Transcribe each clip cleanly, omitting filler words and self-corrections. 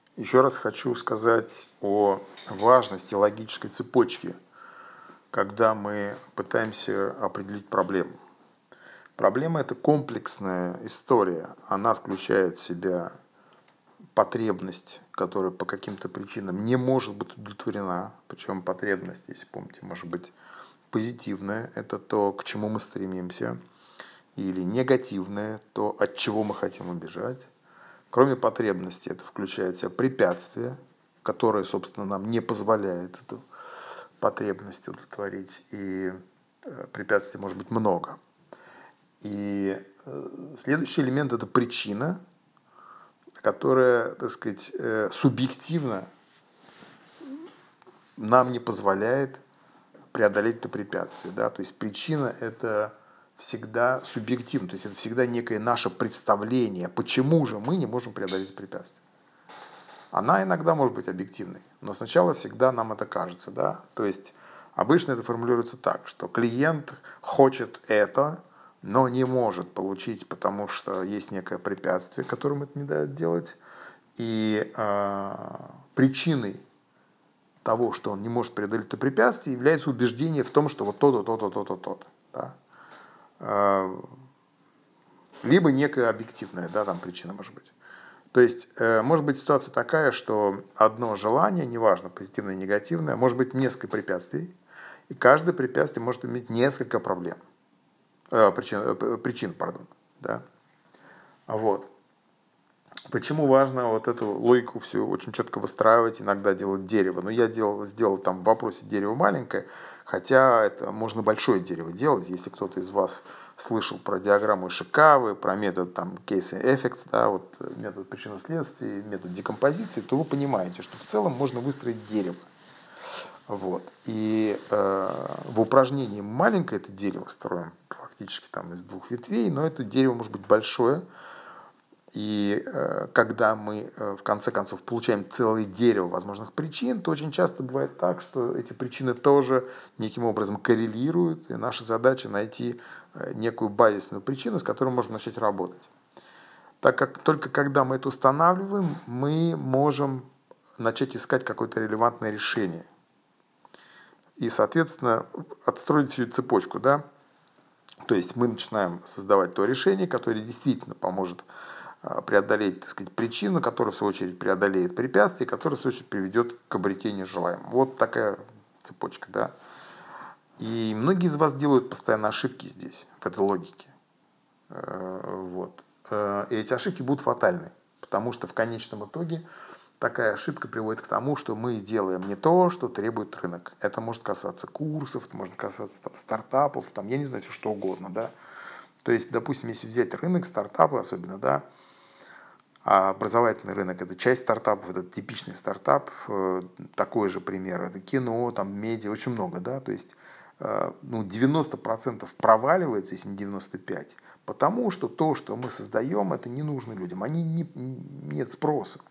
Еще раз хочу сказать о важности логической цепочки, когда мы пытаемся определить проблему. Проблема – это комплексная история. Она включает в себя потребность, которая по каким-то причинам не может быть удовлетворена. Причем потребность, если помните, может быть позитивная – это то, к чему мы стремимся, или негативная – то, от чего мы хотим убежать. Кроме потребности, это включает в себя препятствие, которое, собственно, нам не позволяет эту потребность удовлетворить. И препятствий может быть много. И следующий элемент – это причина, которая, так сказать, субъективно нам не позволяет преодолеть это препятствие. Да? То есть причина – это всегда субъективно, то есть это всегда некое наше представление, почему же мы не можем преодолеть препятствие. Она иногда может быть объективной, но сначала всегда нам это кажется. Да? То есть обычно это формулируется так, что клиент хочет это, но не может получить, потому что есть некое препятствие, которым это не дает делать. И причиной того, что он не может преодолеть это препятствие, является убеждение в том, что вот то-то, то-то, то-то, то-то. Да? Либо некая объективная, да, там причина может быть. То есть может быть ситуация такая, что одно желание, неважно, позитивное или негативное, может быть несколько препятствий, и каждое препятствие может иметь несколько проблем, причин, да? Вот. Почему важно вот эту логику всю очень четко выстраивать, иногда делать дерево. Но я сделал там в вопросе дерево маленькое, хотя это можно большое дерево делать. Если кто-то из вас слышал про диаграмму Ишикавы, про метод там case effects, да, вот метод причинно-следствия, метод декомпозиции, то вы понимаете, что в целом можно выстроить дерево. Вот. И в упражнении маленькое это дерево строим фактически там из двух ветвей, но это дерево может быть большое. И когда мы в конце концов получаем целое дерево возможных причин, то очень часто бывает так, что эти причины тоже неким образом коррелируют, и наша задача найти некую базисную причину, с которой можно начать работать. Так как только когда мы это устанавливаем, мы можем начать искать какое-то релевантное решение. И, соответственно, отстроить всю цепочку, да? То есть мы начинаем создавать то решение, которое действительно поможет преодолеть, так сказать, причину, которая в свою очередь преодолеет препятствие, которое в свою очередь приведет к обретению желаемого. Вот такая цепочка, да. И многие из вас делают постоянно ошибки здесь, в этой логике. Вот. И эти ошибки будут фатальны, потому что в конечном итоге такая ошибка приводит к тому, что мы делаем не то, что требует рынок. Это может касаться курсов, это может касаться там, стартапов, там, я не знаю, все что угодно, да. То есть, допустим, если взять рынок, стартапы особенно, да, а образовательный рынок – это часть стартапов, это типичный стартап. Такой же пример – это кино, там, медиа, очень много. Да? То есть 90% проваливается, если не 95%, потому что то, что мы создаем, это не нужно людям. Нет спроса.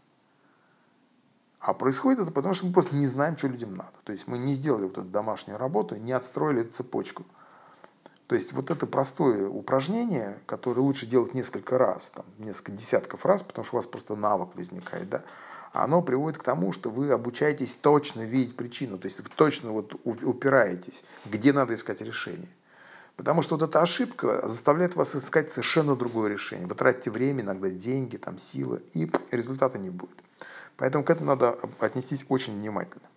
А происходит это потому, что мы просто не знаем, что людям надо. То есть мы не сделали вот эту домашнюю работу, не отстроили эту цепочку. То есть вот это простое упражнение, которое лучше делать несколько раз, там, несколько десятков раз, потому что у вас просто навык возникает, да, оно приводит к тому, что вы обучаетесь точно видеть причину, то есть вы точно вот упираетесь, где надо искать решение. Потому что вот эта ошибка заставляет вас искать совершенно другое решение. Вы тратите время, иногда деньги, там, силы, и результата не будет. Поэтому к этому надо отнестись очень внимательно.